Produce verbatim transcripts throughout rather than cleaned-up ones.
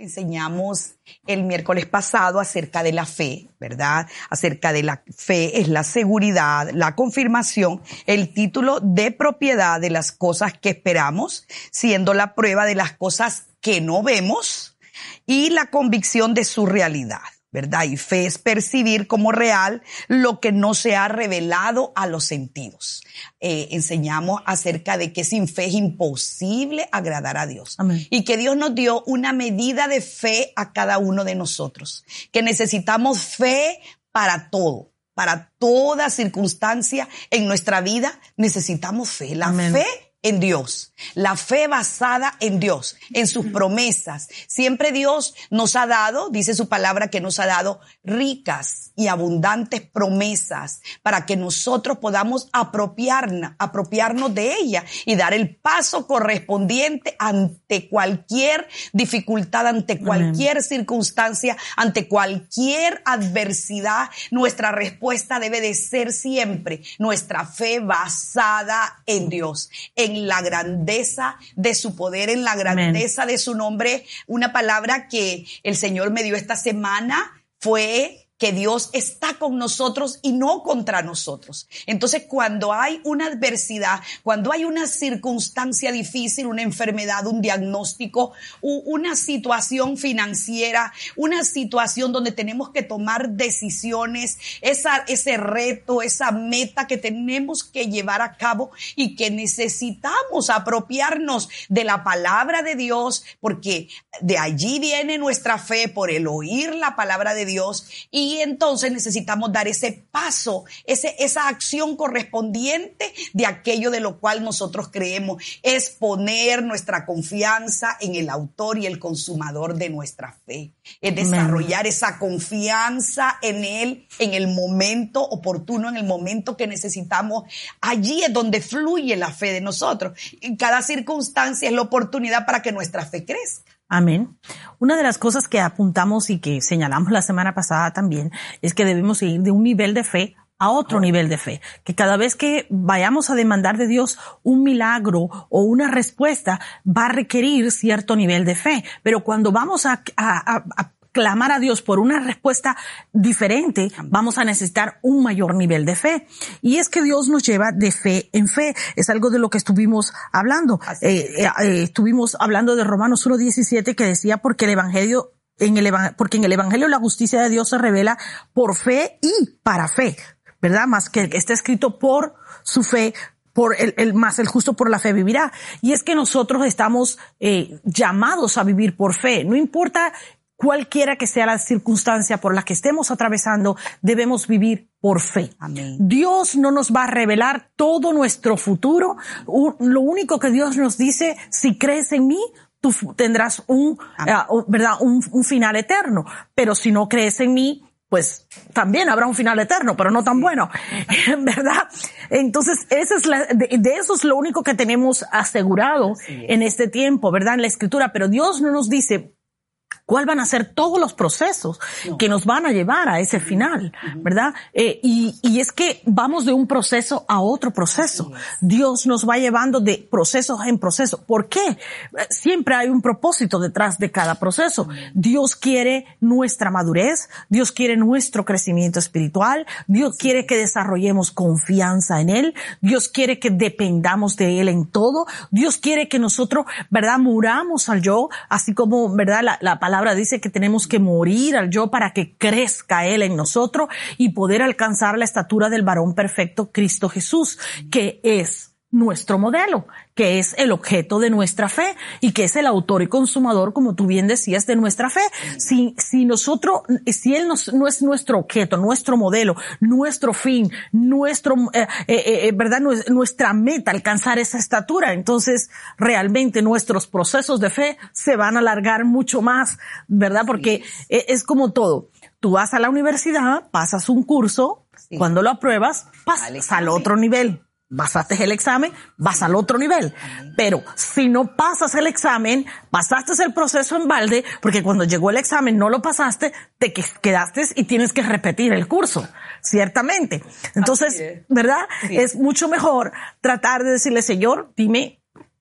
Enseñamos el miércoles pasado acerca de la fe, ¿verdad? Acerca de la fe es la seguridad, la confirmación, el título de propiedad de las cosas que esperamos, siendo la prueba de las cosas que no vemos y la convicción de su realidad, ¿verdad? Y fe es percibir como real lo que no se ha revelado a los sentidos. Eh, enseñamos acerca de que sin fe es imposible agradar a Dios. Amén. Y que Dios nos dio una medida de fe a cada uno de nosotros. Que necesitamos fe para todo. Para toda circunstancia en nuestra vida necesitamos fe. La Amén. fe en Dios, la fe basada en Dios, en sus promesas. Siempre Dios nos ha dado, dice su palabra, que nos ha dado ricas y abundantes promesas para que nosotros podamos apropiarnos, apropiarnos de ella y dar el paso correspondiente ante cualquier dificultad, ante cualquier Amén. circunstancia, ante cualquier adversidad. Nuestra respuesta debe de ser siempre nuestra fe basada en Dios, en la grandeza de su poder, en la grandeza Amén. de su nombre. Una palabra que el Señor me dio esta semana fue que Dios está con nosotros y no contra nosotros. Entonces, cuando hay una adversidad, cuando hay una circunstancia difícil, una enfermedad, un diagnóstico, una situación financiera, una situación donde tenemos que tomar decisiones, esa, ese reto, esa meta que tenemos que llevar a cabo y que necesitamos apropiarnos de la palabra de Dios, porque de allí viene nuestra fe, por el oír la palabra de Dios. Y Y entonces necesitamos dar ese paso, ese, esa acción correspondiente de aquello de lo cual nosotros creemos. Es poner nuestra confianza en el autor y el consumador de nuestra fe. Es desarrollar Amén. esa confianza en Él en el momento oportuno, en el momento que necesitamos. Allí es donde fluye la fe de nosotros. Y cada circunstancia es la oportunidad para que nuestra fe crezca. Amén. Una de las cosas que apuntamos y que señalamos la semana pasada también es que debemos ir de un nivel de fe a otro nivel de fe. Que cada vez que vayamos a demandar de Dios un milagro o una respuesta, va a requerir cierto nivel de fe. Pero cuando vamos a, a, a, a clamar a Dios por una respuesta diferente, vamos a necesitar un mayor nivel de fe. Y es que Dios nos lleva de fe en fe. Es algo de lo que estuvimos hablando. Eh, eh, eh, estuvimos hablando de Romanos uno diecisiete, que decía, porque el evangelio, en el evangelio, porque en el evangelio la justicia de Dios se revela por fe y para fe, ¿verdad? Más que está escrito por su fe, por el, el más el justo por la fe vivirá. Y es que nosotros estamos eh, llamados a vivir por fe. No importa cualquiera que sea la circunstancia por la que estemos atravesando, debemos vivir por fe. Amén. Dios no nos va a revelar todo nuestro futuro. Lo único que Dios nos dice, si crees en mí, tú tendrás un, uh, ¿verdad? Un, un final eterno. Pero si no crees en mí, pues también habrá un final eterno, pero no tan bueno, ¿verdad? Entonces, esa es la, de, de eso es lo único que tenemos asegurado en este tiempo, ¿verdad? En la Escritura. Pero Dios no nos dice cuál van a ser todos los procesos no. que nos van a llevar a ese final, ¿verdad? Eh, y, y es que vamos de un proceso a otro proceso. Dios nos va llevando de procesos en proceso. ¿Por qué? Siempre hay un propósito detrás de cada proceso. Dios quiere nuestra madurez, Dios quiere nuestro crecimiento espiritual, Dios quiere que desarrollemos confianza en Él, Dios quiere que dependamos de Él en todo, Dios quiere que nosotros, ¿verdad?, muramos al yo, así como, ¿verdad?, la, la palabra palabra dice que tenemos que morir al yo para que crezca Él en nosotros y poder alcanzar la estatura del varón perfecto, Cristo Jesús, que es nuestro modelo, que es el objeto de nuestra fe y que es el autor y consumador, como tú bien decías, de nuestra fe. Si, si nosotros, si Él nos, no es nuestro objeto, nuestro modelo, nuestro fin, nuestro, eh, eh, eh, verdad, nuestra meta, alcanzar esa estatura, entonces realmente nuestros procesos de fe se van a alargar mucho más, ¿verdad? Porque sí. es como todo. Tú vas a la universidad, pasas un curso, sí. cuando lo apruebas, pasas al otro nivel. Pasaste el examen, vas al otro nivel. Pero si no pasas el examen, pasaste el proceso en balde, porque cuando llegó el examen no lo pasaste, te quedaste y tienes que repetir el curso, ciertamente. Entonces, ¿verdad? Sí. Es mucho mejor tratar de decirle, Señor, dime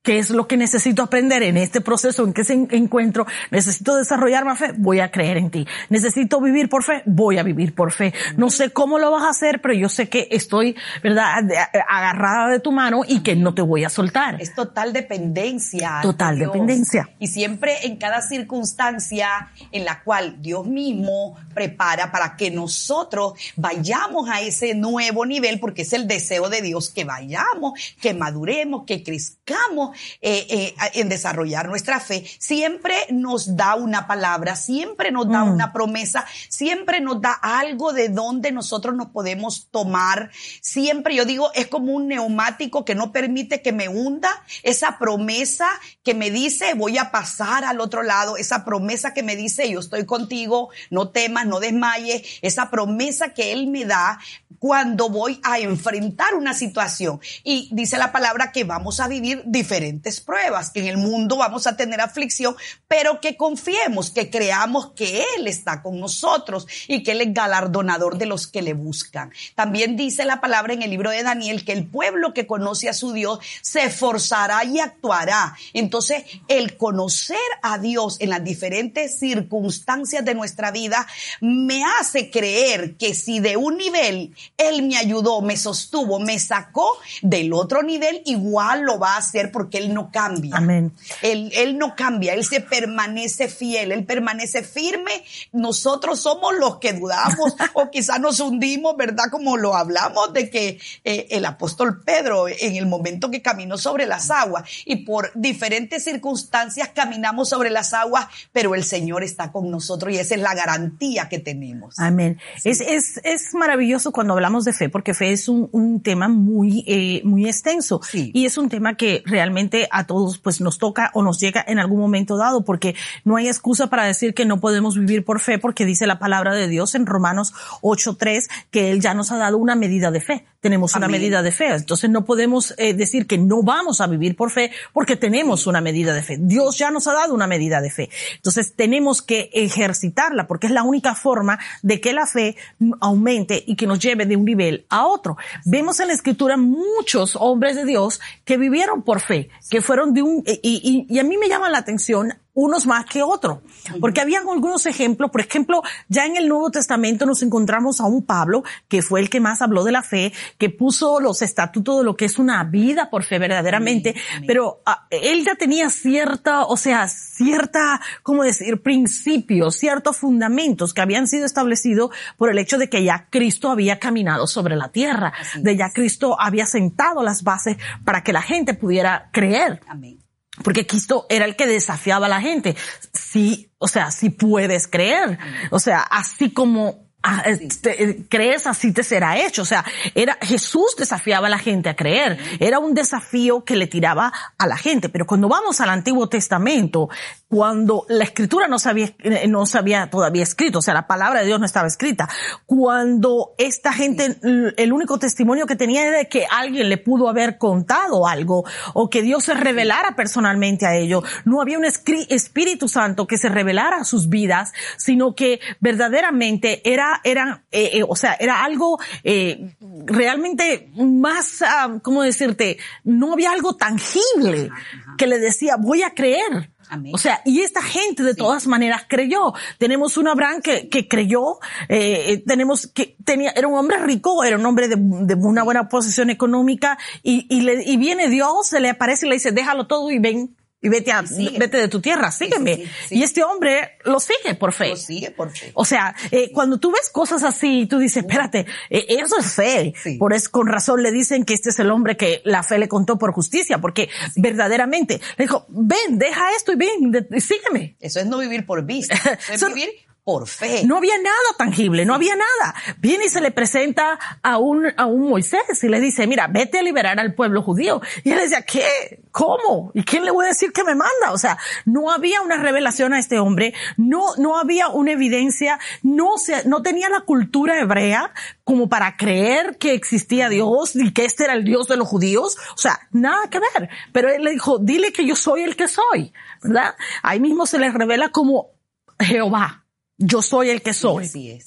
¿qué es lo que necesito aprender en este proceso en que se encuentro? Necesito desarrollar más fe, voy a creer en ti. Necesito vivir por fe, voy a vivir por fe. No sé cómo lo vas a hacer, pero yo sé que estoy, ¿verdad?, agarrada de tu mano y que no te voy a soltar. Es total dependencia. Total Dios. dependencia. Y siempre en cada circunstancia en la cual Dios mismo prepara para que nosotros vayamos a ese nuevo nivel, porque es el deseo de Dios que vayamos, que maduremos, que crezcamos eh, eh, en desarrollar nuestra fe. Siempre nos da una palabra, siempre nos da mm. una promesa, siempre nos da algo de donde nosotros nos podemos tomar. Siempre, yo digo, es como un neumático que no permite que me hunda. Esa promesa que me dice, voy a pasar al otro lado. Esa promesa que me dice, yo estoy contigo, no temas, no desmayes. Esa promesa que Él me da cuando voy a enfrentar una situación. Y dice la palabra que vamos a vivir diferentes pruebas, que en el mundo vamos a tener aflicción, pero que confiemos, que creamos que Él está con nosotros y que Él es galardonador de los que le buscan. También dice la palabra en el libro de Daniel que el pueblo que conoce a su Dios se esforzará y actuará. Entonces, el conocer a Dios en las diferentes circunstancias de nuestra vida me hace creer que si de un nivel Él me ayudó, me sostuvo, me sacó, del otro nivel igual lo va a hacer, porque Él no cambia. Amén. Él, él no cambia, Él se permanece fiel, Él permanece firme. Nosotros somos los que dudamos o quizás nos hundimos, ¿verdad? Como lo hablamos de que eh, el apóstol Pedro, en el momento que caminó sobre las aguas, y por diferentes circunstancias caminamos sobre las aguas, pero el Señor está con nosotros y esa es la garantía que tenemos. Amén. Sí. Es, es, es maravilloso cuando hablamos de fe, porque fe es un, un tema muy, eh, muy extenso. Sí. Y es un tema que realmente a todos pues nos toca o nos llega en algún momento dado, porque no hay excusa para decir que no podemos vivir por fe, porque dice la palabra de Dios en Romanos ocho tres que Él ya nos ha dado una medida de fe. Tenemos una Amén. medida de fe. Entonces no podemos eh, decir que no vamos a vivir por fe porque tenemos una medida de fe. Dios ya nos ha dado una medida de fe. Entonces tenemos que ejercitarla, porque es la única forma de que la fe aumente y que nos lleve de un nivel a otro. Vemos en la Escritura muchos hombres de Dios que vivieron por fe, que fueron de un, y, y, y a mí me llama la atención unos más que otros, porque habían algunos ejemplos. Por ejemplo, ya en el Nuevo Testamento nos encontramos a un Pablo, que fue el que más habló de la fe, que puso los estatutos de lo que es una vida por fe verdaderamente, amén, amén. Pero uh, él ya tenía cierta, o sea, cierta, ¿cómo decir?, principios, ciertos fundamentos que habían sido establecidos por el hecho de que ya Cristo había caminado sobre la tierra, así de ya Cristo había sentado las bases para que la gente pudiera creer. Amén. Porque Cristo era el que desafiaba a la gente. Sí, o sea, sí puedes creer. O sea, así como te, crees, así te será hecho. O sea, era, Jesús desafiaba a la gente a creer. Era un desafío que le tiraba a la gente. Pero cuando vamos al Antiguo Testamento, cuando la Escritura no se había, no se había todavía escrito, o sea, la palabra de Dios no estaba escrita, cuando esta gente, el único testimonio que tenía era de que alguien le pudo haber contado algo, o que Dios se revelara personalmente a ellos. No había un Espíritu Santo que se revelara a sus vidas, sino que verdaderamente era era, eh, eh, o sea, era algo eh, realmente más, uh, ¿cómo decirte? No había algo tangible que le decía, voy a creer. Amén. O sea, y esta gente de sí. todas maneras creyó. Tenemos un Abraham que, que creyó, eh, tenemos que tenía, era un hombre rico, era un hombre de, de una buena posición económica, y, y le, y viene Dios, se le aparece y le dice, déjalo todo y ven. Y vete a, vete de tu tierra, sígueme. Sí, sí, sí. Y este hombre lo sigue por fe. Lo sigue por fe. O sea, eh, cuando tú ves cosas así, tú dices, espérate, eh, eso es fe. Sí. Por eso, con razón le dicen que este es el hombre que la fe le contó por justicia, porque sí. verdaderamente le dijo, ven, deja esto y ven, de, y sígueme. Eso es no vivir por vista. Eso es vivir por fe. No había nada tangible, no había nada. Viene y se le presenta a un, a un Moisés y le dice, mira, vete a liberar al pueblo judío. Y él decía, ¿qué? ¿Cómo? ¿Y quién le voy a decir que me manda? O sea, no había una revelación a este hombre, no, no había una evidencia, no se, no tenía la cultura hebrea como para creer que existía Dios y que este era el Dios de los judíos. O sea, nada que ver. Pero él le dijo, dile que yo soy el que soy, ¿verdad? Ahí mismo se le revela como Jehová. Yo soy el que soy. Así es.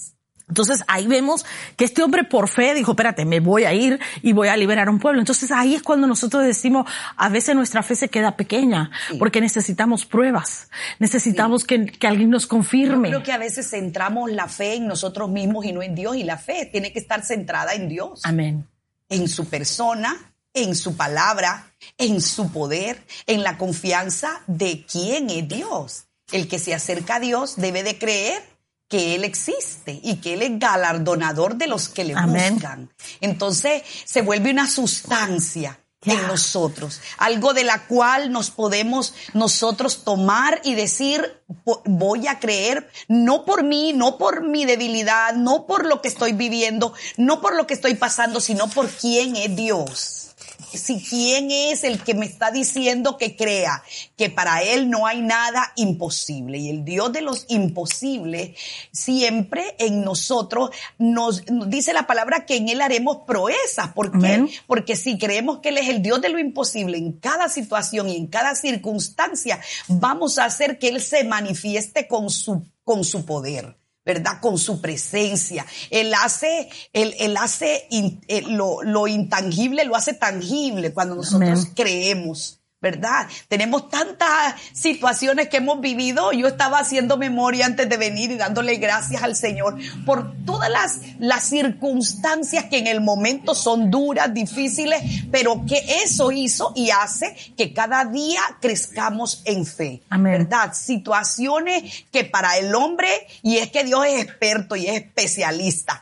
Entonces ahí vemos que este hombre por fe dijo, espérate, me voy a ir y voy a liberar a un pueblo. Entonces ahí es cuando nosotros decimos, a veces nuestra fe se queda pequeña, sí, porque necesitamos pruebas, necesitamos sí. que, que alguien nos confirme. Yo creo que a veces centramos la fe en nosotros mismos y no en Dios, y la fe tiene que estar centrada en Dios. Amén. En su persona, en su palabra, en su poder, en la confianza de quién es Dios. El que se acerca a Dios debe de creer que Él existe y que Él es galardonador de los que le Amén. Buscan. Entonces se vuelve una sustancia yeah. en nosotros, algo de la cual nos podemos nosotros tomar y decir, voy a creer, no por mí, no por mi debilidad, no por lo que estoy viviendo, no por lo que estoy pasando, sino por quién es Dios. Si quién es el que me está diciendo que crea, que para Él no hay nada imposible. Y el Dios de los imposibles siempre en nosotros nos, nos dice la palabra que en Él haremos proezas. ¿Por qué? Amén. Porque si creemos que Él es el Dios de lo imposible en cada situación y en cada circunstancia, vamos a hacer que Él se manifieste con su, con su poder, ¿verdad? Con su presencia. Él hace, él, él hace in, eh, lo, lo intangible, lo hace tangible cuando nosotros Amén. Creemos, ¿verdad? Tenemos tantas situaciones que hemos vivido. Yo estaba haciendo memoria antes de venir y dándole gracias al Señor por todas las, las circunstancias que en el momento son duras, difíciles, pero que eso hizo y hace que cada día crezcamos en fe. Amén. ¿Verdad? Situaciones que para el hombre, y es que Dios es experto y es especialista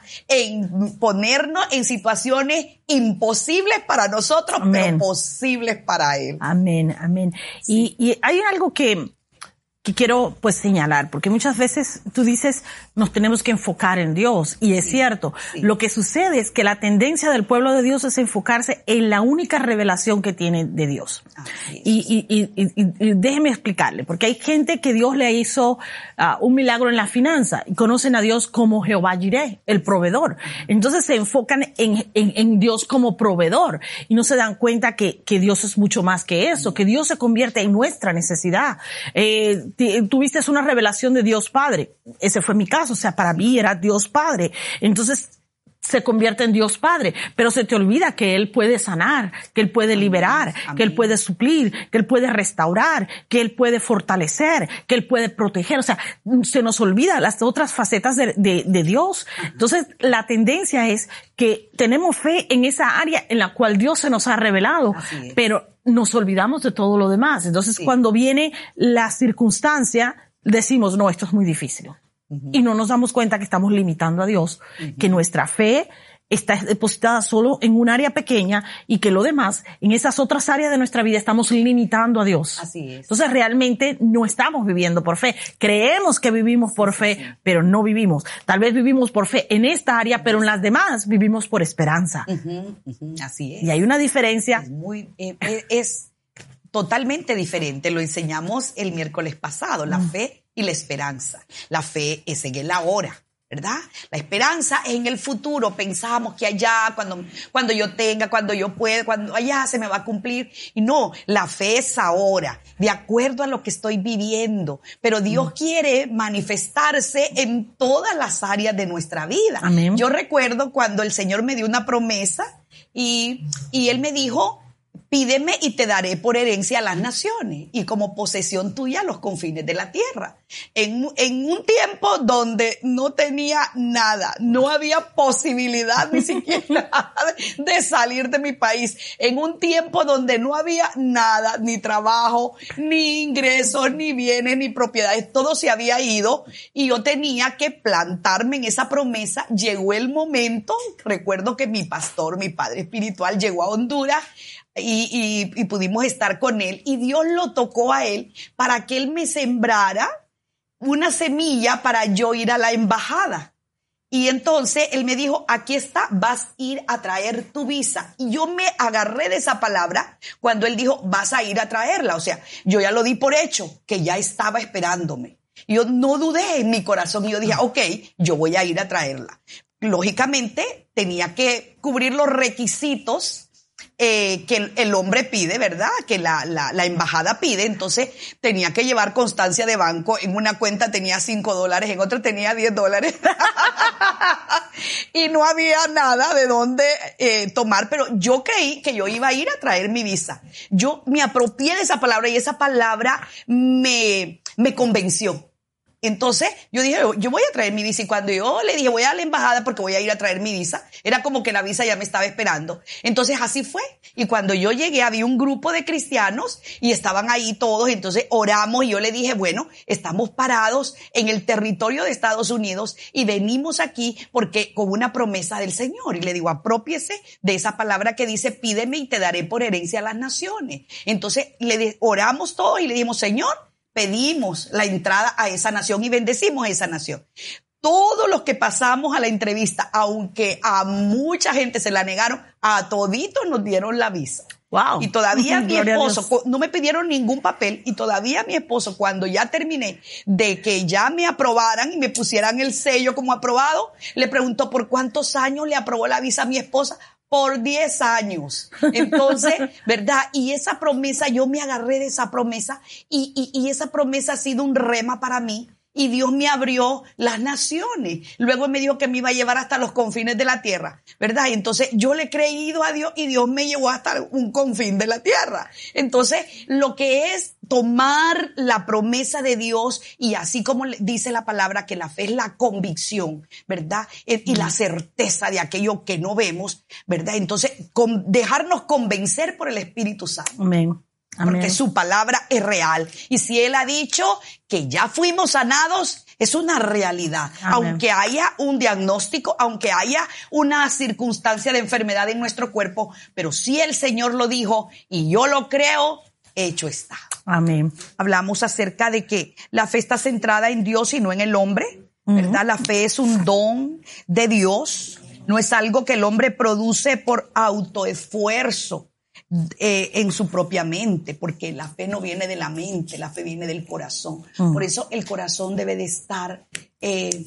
en ponernos en situaciones imposibles para nosotros, Amén. Pero posibles para Él. Amén, amén. Sí. Y, y hay algo que, que quiero pues señalar, porque muchas veces tú dices, nos tenemos que enfocar en Dios, y es sí, cierto. Sí. Lo que sucede es que la tendencia del pueblo de Dios es enfocarse en la única revelación que tiene de Dios. Ah, sí, y, sí. Y, y, y, y déjeme explicarle, porque hay gente que Dios le hizo uh, un milagro en la finanza y conocen a Dios como Jehová Jireh, el proveedor. Entonces se enfocan en, en, en Dios como proveedor y no se dan cuenta que, que Dios es mucho más que eso, que Dios se convierte en nuestra necesidad. Eh, tuviste una revelación de Dios Padre. Ese fue mi caso. O sea, para mí era Dios Padre. Entonces se convierte en Dios Padre, pero se te olvida que Él puede sanar, que Él puede liberar, Amén. Que Él puede suplir, que Él puede restaurar, que Él puede fortalecer, que Él puede proteger. O sea, se nos olvida las otras facetas de, de, de Dios. Entonces, la tendencia es que tenemos fe en esa área en la cual Dios se nos ha revelado, pero nos olvidamos de todo lo demás. Entonces, sí. cuando viene la circunstancia, decimos, no, esto es muy difícil. Uh-huh. Y no nos damos cuenta que estamos limitando a Dios, uh-huh. que nuestra fe está depositada solo en un área pequeña y que lo demás, en esas otras áreas de nuestra vida, estamos limitando a Dios. Así es. Entonces realmente no estamos viviendo por fe. Creemos que vivimos por fe, sí. pero no vivimos. Tal vez vivimos por fe en esta área, pero en las demás vivimos por esperanza. Uh-huh, uh-huh. Así es. Y hay una diferencia. Es muy, eh, es totalmente diferente. Lo enseñamos el miércoles pasado, la uh-huh. fe y la esperanza. La fe es en el ahora, ¿verdad? La esperanza es en el futuro. Pensamos que allá, cuando, cuando yo tenga, cuando yo pueda, cuando allá se me va a cumplir. Y no, la fe es ahora, de acuerdo a lo que estoy viviendo. Pero Dios mm. quiere manifestarse en todas las áreas de nuestra vida. Amén. Yo recuerdo cuando el Señor me dio una promesa y, y Él me dijo, pídeme y te daré por herencia a las naciones y como posesión tuya los confines de la tierra. En, en un tiempo donde no tenía nada, no había posibilidad ni siquiera de salir de mi país. En un tiempo donde no había nada, ni trabajo, ni ingresos, ni bienes, ni propiedades. Todo se había ido y yo tenía que plantarme en esa promesa. Llegó el momento, recuerdo que mi pastor, mi padre espiritual, llegó a Honduras. Y, y, y pudimos estar con él y Dios lo tocó a él para que él me sembrara una semilla para yo ir a la embajada. Y entonces él me dijo, aquí está, vas a ir a traer tu visa. Y yo me agarré de esa palabra cuando él dijo, vas a ir a traerla. O sea, yo ya lo di por hecho, que ya estaba esperándome. Y yo no dudé en mi corazón y yo dije, ok, yo voy a ir a traerla. Lógicamente tenía que cubrir los requisitos eh, que el, el hombre pide, ¿verdad? Que la, la, la embajada pide. Entonces tenía que llevar constancia de banco. En una cuenta tenía cinco dólares, en otra tenía diez dólares. Y no había nada de dónde eh, tomar, pero yo creí que yo iba a ir a traer mi visa. Yo me apropié de esa palabra y esa palabra me, me convenció. Entonces yo dije, yo voy a traer mi visa, y cuando yo le dije voy a la embajada porque voy a ir a traer mi visa, era como que la visa ya me estaba esperando. Entonces así fue, y cuando yo llegué había un grupo de cristianos y estaban ahí todos, entonces oramos y yo le dije, bueno, estamos parados en el territorio de Estados Unidos y venimos aquí porque con una promesa del Señor, y le digo, apropiese de esa palabra que dice, pídeme y te daré por herencia a las naciones. Entonces le oramos todos y le dijimos, Señor, pedimos la entrada a esa nación y bendecimos a esa nación. Todos los que pasamos a la entrevista, aunque a mucha gente se la negaron, a toditos nos dieron la visa. Wow. Y todavía mi esposo, no me pidieron ningún papel, y todavía mi esposo, cuando ya terminé de que ya me aprobaran y me pusieran el sello como aprobado, le preguntó por cuántos años le aprobó la visa a mi esposa. Por diez años. Entonces, ¿verdad? Y esa promesa, yo me agarré de esa promesa y, y, y esa promesa ha sido un rema para mí. Y Dios me abrió las naciones. Luego me dijo que me iba a llevar hasta los confines de la tierra, ¿verdad? Y entonces yo le he creído a Dios y Dios me llevó hasta un confín de la tierra. Entonces, lo que es tomar la promesa de Dios, y así como dice la palabra que la fe es la convicción, ¿verdad? Y la certeza de aquello que no vemos, ¿verdad? Entonces, con, dejarnos convencer por el Espíritu Santo. Amén. Amén. Porque su palabra es real. Y si Él ha dicho que ya fuimos sanados, es una realidad. Amén. Aunque haya un diagnóstico, aunque haya una circunstancia de enfermedad en nuestro cuerpo, pero si el Señor lo dijo y yo lo creo, hecho está. Amén. Hablamos acerca de que la fe está centrada en Dios y no en el hombre, ¿verdad? Uh-huh. La fe es un don de Dios. No es algo que el hombre produce por autoesfuerzo. Eh, en su propia mente, porque la fe no viene de la mente, la fe viene del corazón. Mm. Por eso el corazón debe de estar eh,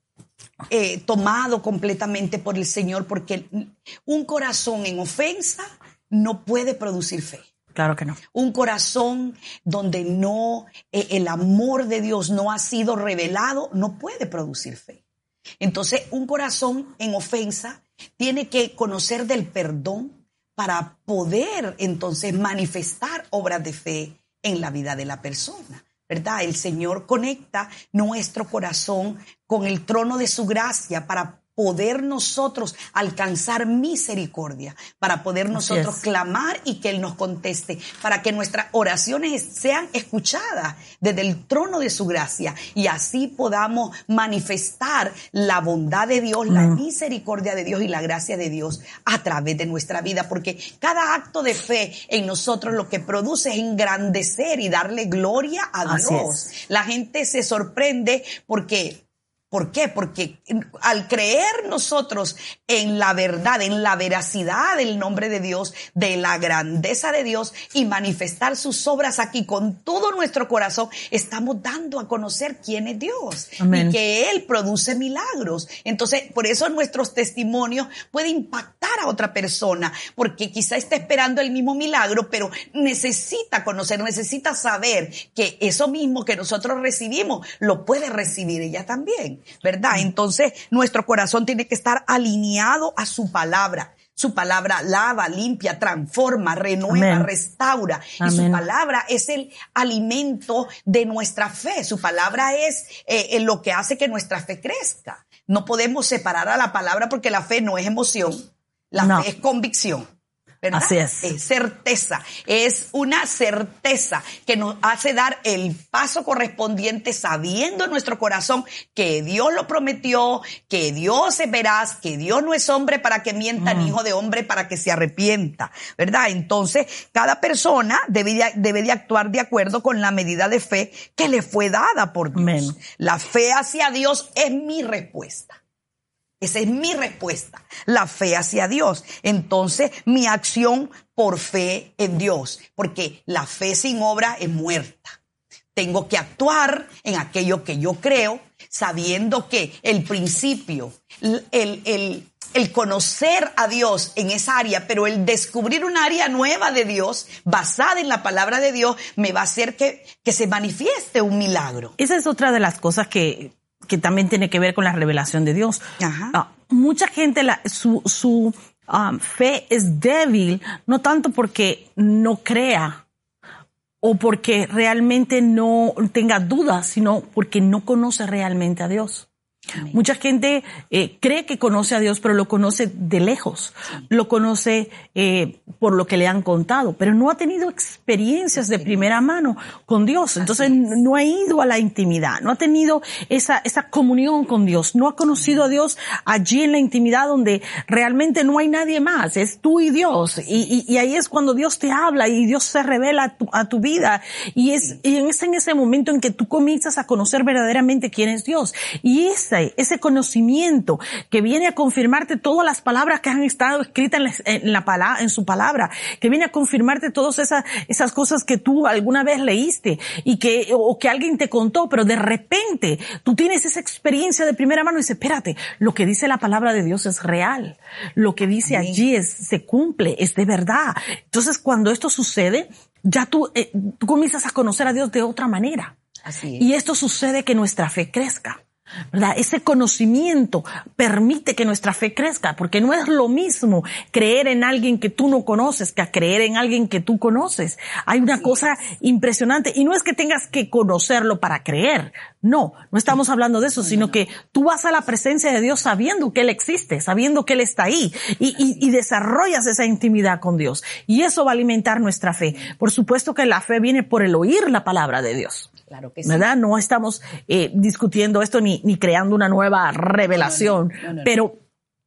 eh, tomado completamente por el Señor, porque un corazón en ofensa no puede producir fe. Claro que no. Un corazón donde no, eh, el amor de Dios no ha sido revelado, no puede producir fe. Entonces, un corazón en ofensa tiene que conocer del perdón para poder entonces manifestar obras de fe en la vida de la persona, ¿verdad? El Señor conecta nuestro corazón con el trono de su gracia para poder nosotros alcanzar misericordia, para poder nosotros clamar y que Él nos conteste, para que nuestras oraciones sean escuchadas desde el trono de su gracia y así podamos manifestar la bondad de Dios, mm. la misericordia de Dios y la gracia de Dios a través de nuestra vida, porque cada acto de fe en nosotros lo que produce es engrandecer y darle gloria a Dios. La gente se sorprende porque ¿por qué? Porque al creer nosotros en la verdad, en la veracidad del nombre de Dios, de la grandeza de Dios y manifestar sus obras aquí con todo nuestro corazón, estamos dando a conocer quién es Dios. Amén. Y que Él produce milagros. Entonces, por eso nuestros testimonios pueden impactar a otra persona, porque quizá está esperando el mismo milagro, pero necesita conocer, necesita saber que eso mismo que nosotros recibimos, lo puede recibir ella también. ¿Verdad? Entonces, nuestro corazón tiene que estar alineado a su palabra. Su palabra lava, limpia, transforma, renueva, Amén. Restaura. Amén. Y su palabra es el alimento de nuestra fe. Su palabra es eh, lo que hace que nuestra fe crezca. No podemos separar a la palabra porque la fe no es emoción. La no. fe es convicción. ¿Verdad? Así es. Es certeza, es una certeza que nos hace dar el paso correspondiente sabiendo en nuestro corazón que Dios lo prometió, que Dios es veraz, que Dios no es hombre para que mienta, mm. ni hijo de hombre para que se arrepienta, ¿verdad? Entonces, cada persona debe de, debe de actuar de acuerdo con la medida de fe que le fue dada por Dios. Amén. La fe hacia Dios es mi respuesta. Esa es mi respuesta, la fe hacia Dios. Entonces, mi acción por fe en Dios, porque la fe sin obra es muerta. Tengo que actuar en aquello que yo creo, sabiendo que el principio, el, el, el conocer a Dios en esa área, pero el descubrir un área nueva de Dios, basada en la palabra de Dios, me va a hacer que, que se manifieste un milagro. Esa es otra de las cosas que, que también tiene que ver con la revelación de Dios. Ajá. Uh, mucha gente, la, su, su um, fe es débil, no tanto porque no crea o porque realmente no tenga dudas, sino porque no conoce realmente a Dios. Amén. Mucha gente eh, cree que conoce a Dios, pero lo conoce de lejos, sí. Lo conoce eh, por lo que le han contado, pero no ha tenido experiencias de primera mano con Dios. Entonces no ha ido a la intimidad, no ha tenido esa, esa comunión con Dios, no ha conocido a Dios allí en la intimidad donde realmente no hay nadie más, es tú y Dios. Y, y, y ahí es cuando Dios te habla y Dios se revela a tu, a tu vida. Y es, y es en ese momento en que tú comienzas a conocer verdaderamente quién es Dios. Y esa ese conocimiento que viene a confirmarte todas las palabras que han estado escritas en, la, en, la palabra, en su palabra, que viene a confirmarte todas esas, esas cosas que tú alguna vez leíste y que, o que alguien te contó, pero de repente tú tienes esa experiencia de primera mano y dices, espérate, lo que dice la palabra de Dios es real, lo que dice Amén. Allí es, se cumple, es de verdad. Entonces cuando esto sucede, ya tú, eh, tú comienzas a conocer a Dios de otra manera. Así es. Y esto sucede que nuestra fe crezca. ¿Verdad? Ese conocimiento permite que nuestra fe crezca, porque no es lo mismo creer en alguien que tú no conoces que a creer en alguien que tú conoces. Hay una sí. cosa impresionante, y no es que tengas que conocerlo para creer. No, no estamos hablando de eso, sino que tú vas a la presencia de Dios sabiendo que Él existe, sabiendo que Él está ahí, y, y, y desarrollas esa intimidad con Dios. Y eso va a alimentar nuestra fe. Por supuesto que la fe viene por el oír la palabra de Dios. Claro que sí. ¿Verdad? No estamos eh, discutiendo esto ni, ni creando una nueva revelación, no, no, no, no, no. pero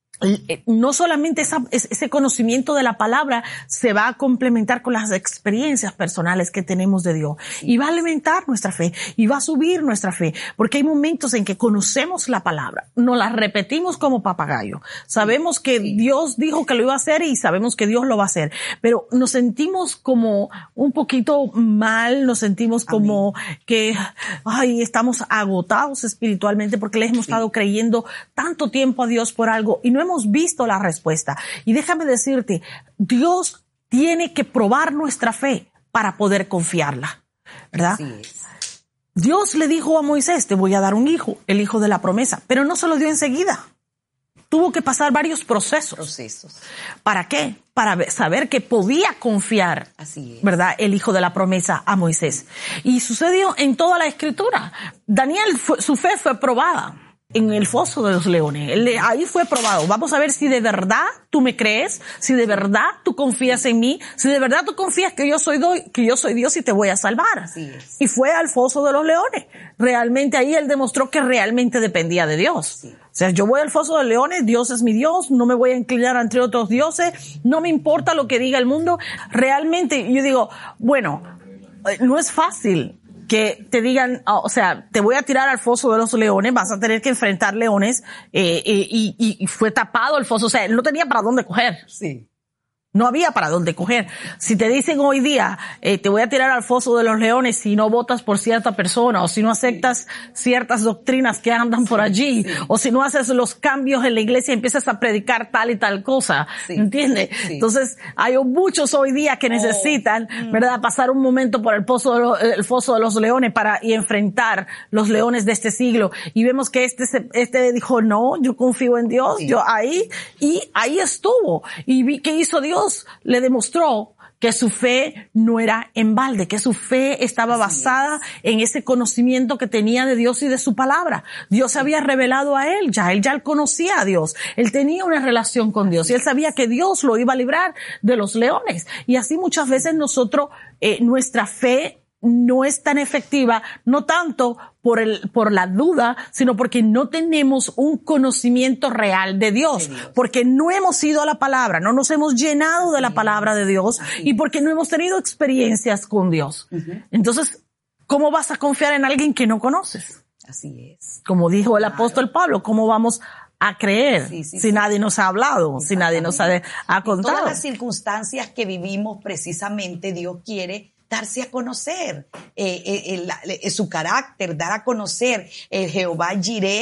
no solamente esa, ese conocimiento de la palabra se va a complementar con las experiencias personales que tenemos de Dios, sí. Y va a alimentar nuestra fe y va a subir nuestra fe, porque hay momentos en que conocemos la palabra, nos la repetimos como papagayo, sabemos que sí. Dios dijo que lo iba a hacer y sabemos que Dios lo va a hacer, pero nos sentimos como un poquito mal, nos sentimos como Amén. Que ay, estamos agotados espiritualmente porque le hemos sí. estado creyendo tanto tiempo a Dios por algo y no hemos hemos visto la respuesta. Y déjame decirte, Dios tiene que probar nuestra fe para poder confiarla, ¿verdad? Así es. Dios le dijo a Moisés, te voy a dar un hijo, el hijo de la promesa, pero no se lo dio enseguida. Tuvo que pasar varios procesos. Procesos. ¿Para qué? Para saber que podía confiar, Así es. ¿verdad? El hijo de la promesa a Moisés. Y sucedió en toda la escritura. Daniel, fue, su fe fue probada. En el foso de los leones. Él, ahí fue probado. Vamos a ver si de verdad tú me crees, si de verdad tú confías en mí, si de verdad tú confías que yo soy, do, que yo soy Dios y te voy a salvar. Así es. Y fue al foso de los leones. Realmente ahí él demostró que realmente dependía de Dios. Sí. O sea, yo voy al foso de los leones, Dios es mi Dios, no me voy a inclinar ante otros dioses, no me importa lo que diga el mundo. Realmente yo digo, bueno, no es fácil que te digan, o sea, te voy a tirar al foso de los leones, vas a tener que enfrentar leones, eh, eh, y, y, y fue tapado el foso, o sea, él no tenía para dónde coger. Sí. No había para dónde coger. Si te dicen hoy día, eh, te voy a tirar al foso de los leones si no votas por cierta persona, o si no aceptas ciertas doctrinas que andan por allí, sí. O si no haces los cambios en la iglesia y empiezas a predicar tal y tal cosa, sí. ¿Entiendes? Sí. Entonces, hay muchos hoy día que necesitan, oh. ¿verdad?, pasar un momento por el foso, de los, el foso de los leones para y enfrentar los leones de este siglo. Y vemos que este, este dijo, no, yo confío en Dios, sí. yo ahí, y ahí estuvo. Y vi que hizo Dios. Le demostró que su fe no era en balde, que su fe estaba basada en ese conocimiento que tenía de Dios y de su palabra. Dios se había revelado a él, ya él ya él conocía a Dios, él tenía una relación con Dios y él sabía que Dios lo iba a librar de los leones. Y así muchas veces nosotros, eh, nuestra fe no es tan efectiva, no tanto por el, por la duda, sino porque no tenemos un conocimiento real de Dios, de Dios. Porque no hemos ido a la palabra, no nos hemos llenado de la palabra de Dios y porque no hemos tenido experiencias con Dios. Uh-huh. Entonces, ¿cómo vas a confiar en alguien que no conoces? Así es. Como dijo el claro. apóstol Pablo, ¿cómo vamos a creer sí, sí, si sí. nadie nos ha hablado, si nadie nos ha, ha contado? En todas las circunstancias que vivimos, precisamente Dios quiere darse a conocer eh, eh, eh, eh, su carácter, dar a conocer el Jehová Jireh,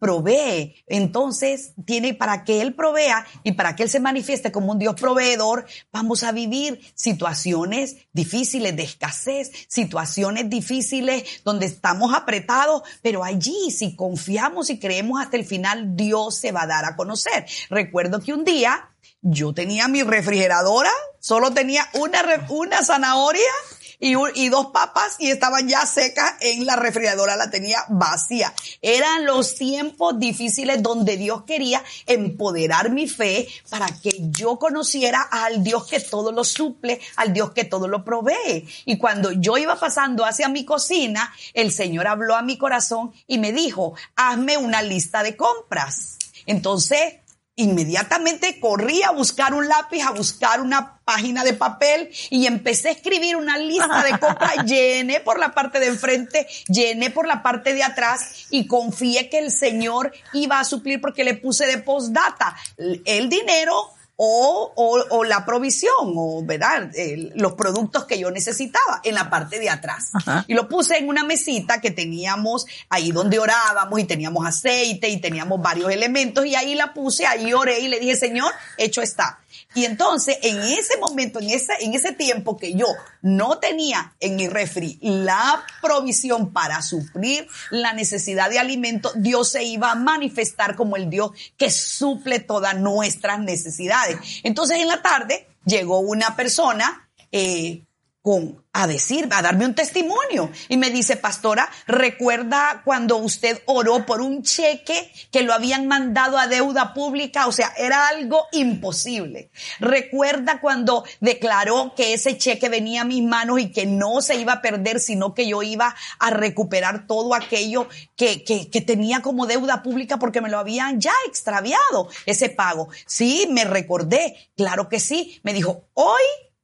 provee. Entonces, tiene, para que Él provea y para que Él se manifieste como un Dios proveedor, vamos a vivir situaciones difíciles de escasez, situaciones difíciles donde estamos apretados, pero allí, si confiamos y creemos hasta el final, Dios se va a dar a conocer. Recuerdo que un día yo tenía mi refrigeradora, solo tenía una, una zanahoria y, un, y dos papas y estaban ya secas en la refrigeradora, la tenía vacía. Eran los tiempos difíciles donde Dios quería empoderar mi fe para que yo conociera al Dios que todo lo suple, al Dios que todo lo provee. Y cuando yo iba pasando hacia mi cocina, el Señor habló a mi corazón y me dijo, hazme una lista de compras. Entonces, inmediatamente corrí a buscar un lápiz, a buscar una página de papel y empecé a escribir una lista de compras. Llené por la parte de enfrente, llené por la parte de atrás y confié que el Señor iba a suplir porque le puse de postdata el dinero o, o, o la provisión, o, ¿verdad? El, los productos que yo necesitaba en la parte de atrás. Ajá. Y lo puse en una mesita que teníamos ahí donde orábamos y teníamos aceite y teníamos varios elementos y ahí la puse, ahí oré y le dije, Señor, hecho está. Y entonces, en ese momento, en ese, en ese tiempo que yo no tenía en mi refri la provisión para suplir la necesidad de alimento, Dios se iba a manifestar como el Dios que suple todas nuestras necesidades. Entonces, en la tarde, llegó una persona, eh, con, a decir, a darme un testimonio. Y me dice, pastora, ¿recuerda cuando usted oró por un cheque que lo habían mandado a deuda pública? O sea, era algo imposible. ¿Recuerda cuando declaró que ese cheque venía a mis manos y que no se iba a perder, sino que yo iba a recuperar todo aquello que, que, que tenía como deuda pública porque me lo habían ya extraviado, ese pago? Sí, me recordé. Claro que sí. Me dijo, hoy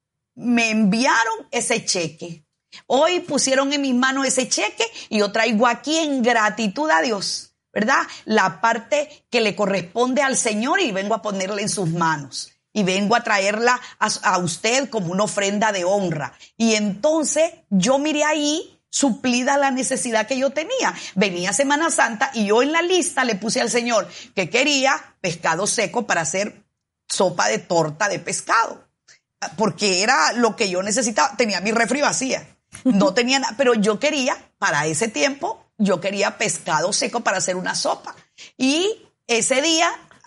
me enviaron ese cheque. Hoy pusieron en mis manos ese cheque y yo traigo aquí en gratitud a Dios, ¿verdad? La parte que le corresponde al Señor y vengo a ponerla en sus manos. Y vengo a traerla a, a usted como una ofrenda de honra. Y entonces yo miré ahí suplida la necesidad que yo tenía. Venía Semana Santa y yo en la lista le puse al Señor que quería pescado seco para hacer sopa de torta de pescado. Porque era lo que yo necesitaba. Tenía mi refri vacía. No tenía nada, pero yo quería, para ese tiempo, yo quería pescado seco para hacer una sopa. Y ese día,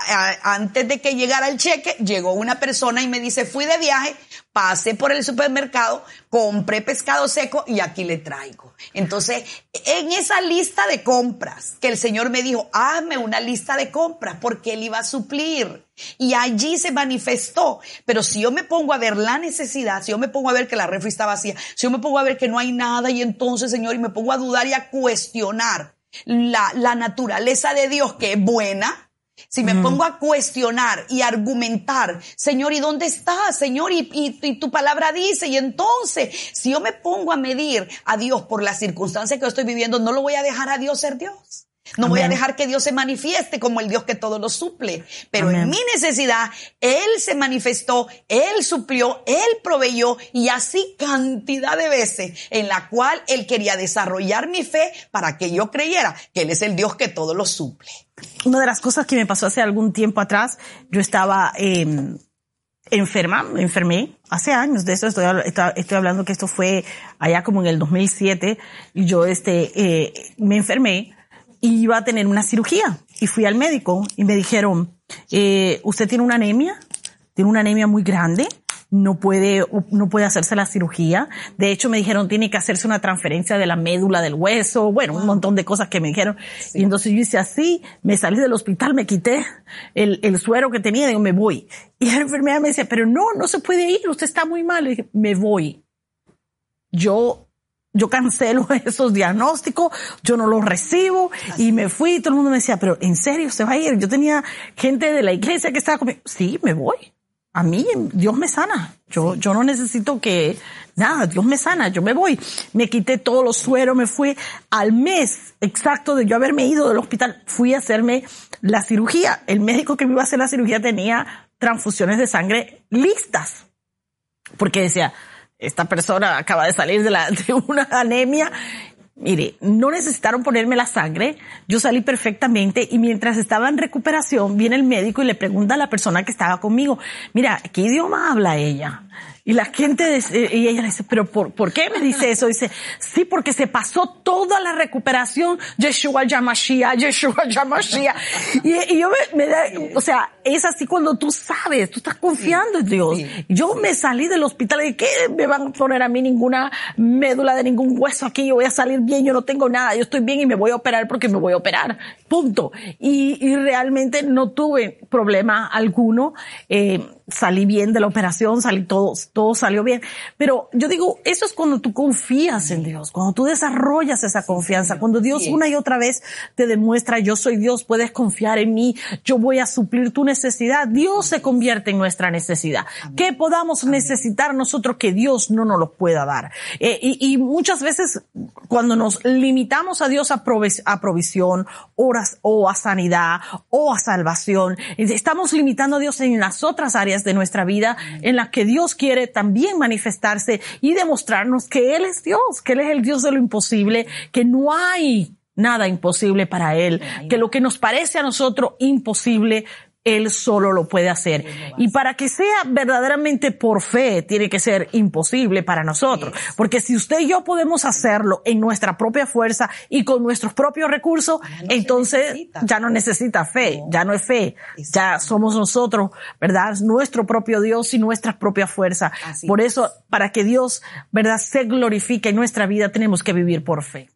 a, antes de que llegara el cheque, llegó una persona y me dice, fui de viaje, pasé por el supermercado, compré pescado seco y aquí le traigo. Entonces, en esa lista de compras, que el Señor me dijo, hazme una lista de compras porque Él iba a suplir. Y allí se manifestó. Pero si yo me pongo a ver la necesidad, si yo me pongo a ver que la refri está vacía, si yo me pongo a ver que no hay nada y entonces, Señor, y me pongo a dudar y a cuestionar la, la naturaleza de Dios que es buena, si me mm. pongo a cuestionar y argumentar, Señor, ¿y dónde estás, Señor? Y, y, y tu palabra dice, y entonces, si yo me pongo a medir a Dios por las circunstancias que yo estoy viviendo, no lo voy a dejar a Dios ser Dios. No Amén. Voy a dejar que Dios se manifieste como el Dios que todo lo suple. Pero Amén. En mi necesidad, Él se manifestó, Él suplió, Él proveyó y así cantidad de veces en la cual Él quería desarrollar mi fe para que yo creyera que Él es el Dios que todo lo suple. Una de las cosas que me pasó hace algún tiempo atrás, yo estaba eh, enferma, me enfermé hace años. De eso estoy, estoy hablando que esto fue allá como en el dos mil siete y yo este eh, me enfermé. Y iba a tener una cirugía y fui al médico y me dijeron, eh, usted tiene una anemia, tiene una anemia muy grande, no puede, no puede hacerse la cirugía. De hecho me dijeron, tiene que hacerse una transferencia de la médula del hueso, bueno, un montón de cosas que me dijeron. Sí. Y entonces yo hice así, me salí del hospital, me quité el, el suero que tenía y digo, me voy. Y la enfermera me decía, pero no, no se puede ir, usted está muy mal. Le dije, me voy. Yo Yo cancelo esos diagnósticos, yo no los recibo y me fui. Todo el mundo me decía, pero ¿en serio se va a ir? Yo tenía gente de la iglesia que estaba conmigo. Sí, me voy. A mí Dios me sana. Yo, yo no necesito que nada, Dios me sana, yo me voy. Me quité todos los sueros, me fui al mes exacto de yo haberme ido del hospital. Fui a hacerme la cirugía. El médico que me iba a hacer la cirugía tenía transfusiones de sangre listas. Porque decía, esta persona acaba de salir de, la, de una anemia Mire, no necesitaron ponerme la sangre, yo salí perfectamente y mientras estaba en recuperación viene el médico y le pregunta a la persona que estaba conmigo, mira, ¿qué idioma habla ella? Y la gente, y ella le dice, pero ¿por, ¿por qué me dice eso? Dice, sí, porque se pasó toda la recuperación, Yeshua Yamashia, Yeshua Yamashia. Y, y yo me, me da, o sea, es así cuando tú sabes, tú estás confiando en Dios. Yo me salí del hospital y ¿qué me van a poner a mí ninguna médula de ningún hueso aquí? Yo voy a salir bien, yo no tengo nada, yo estoy bien y me voy a operar porque me voy a operar. Punto. Y, y realmente no tuve problema alguno. Eh, salí bien de la operación, salí todo, todo salió bien. Pero yo digo, eso es cuando tú confías en Dios, cuando tú desarrollas esa confianza, cuando Dios una y otra vez te demuestra, yo soy Dios, puedes confiar en mí, yo voy a suplir tu necesidad. Dios se convierte en nuestra necesidad. ¿Qué podamos necesitar nosotros que Dios no nos lo pueda dar? Eh, y, y muchas veces cuando nos limitamos a Dios a, provis- a provisión, horas, o a sanidad, o a salvación, estamos limitando a Dios en las otras áreas de nuestra vida en las que Dios quiere también manifestarse y demostrarnos que Él es Dios, que Él es el Dios de lo imposible, que no hay nada imposible para Él, que lo que nos parece a nosotros imposible, Él solo lo puede hacer. Y para que sea verdaderamente por fe, tiene que ser imposible para nosotros. Porque si usted y yo podemos hacerlo en nuestra propia fuerza y con nuestros propios recursos, entonces ya no necesita fe, ya no es fe. Ya somos nosotros, ¿verdad? Nuestro propio Dios y nuestras propias fuerzas. Por eso, para que Dios, ¿verdad?, se glorifique en nuestra vida, tenemos que vivir por fe.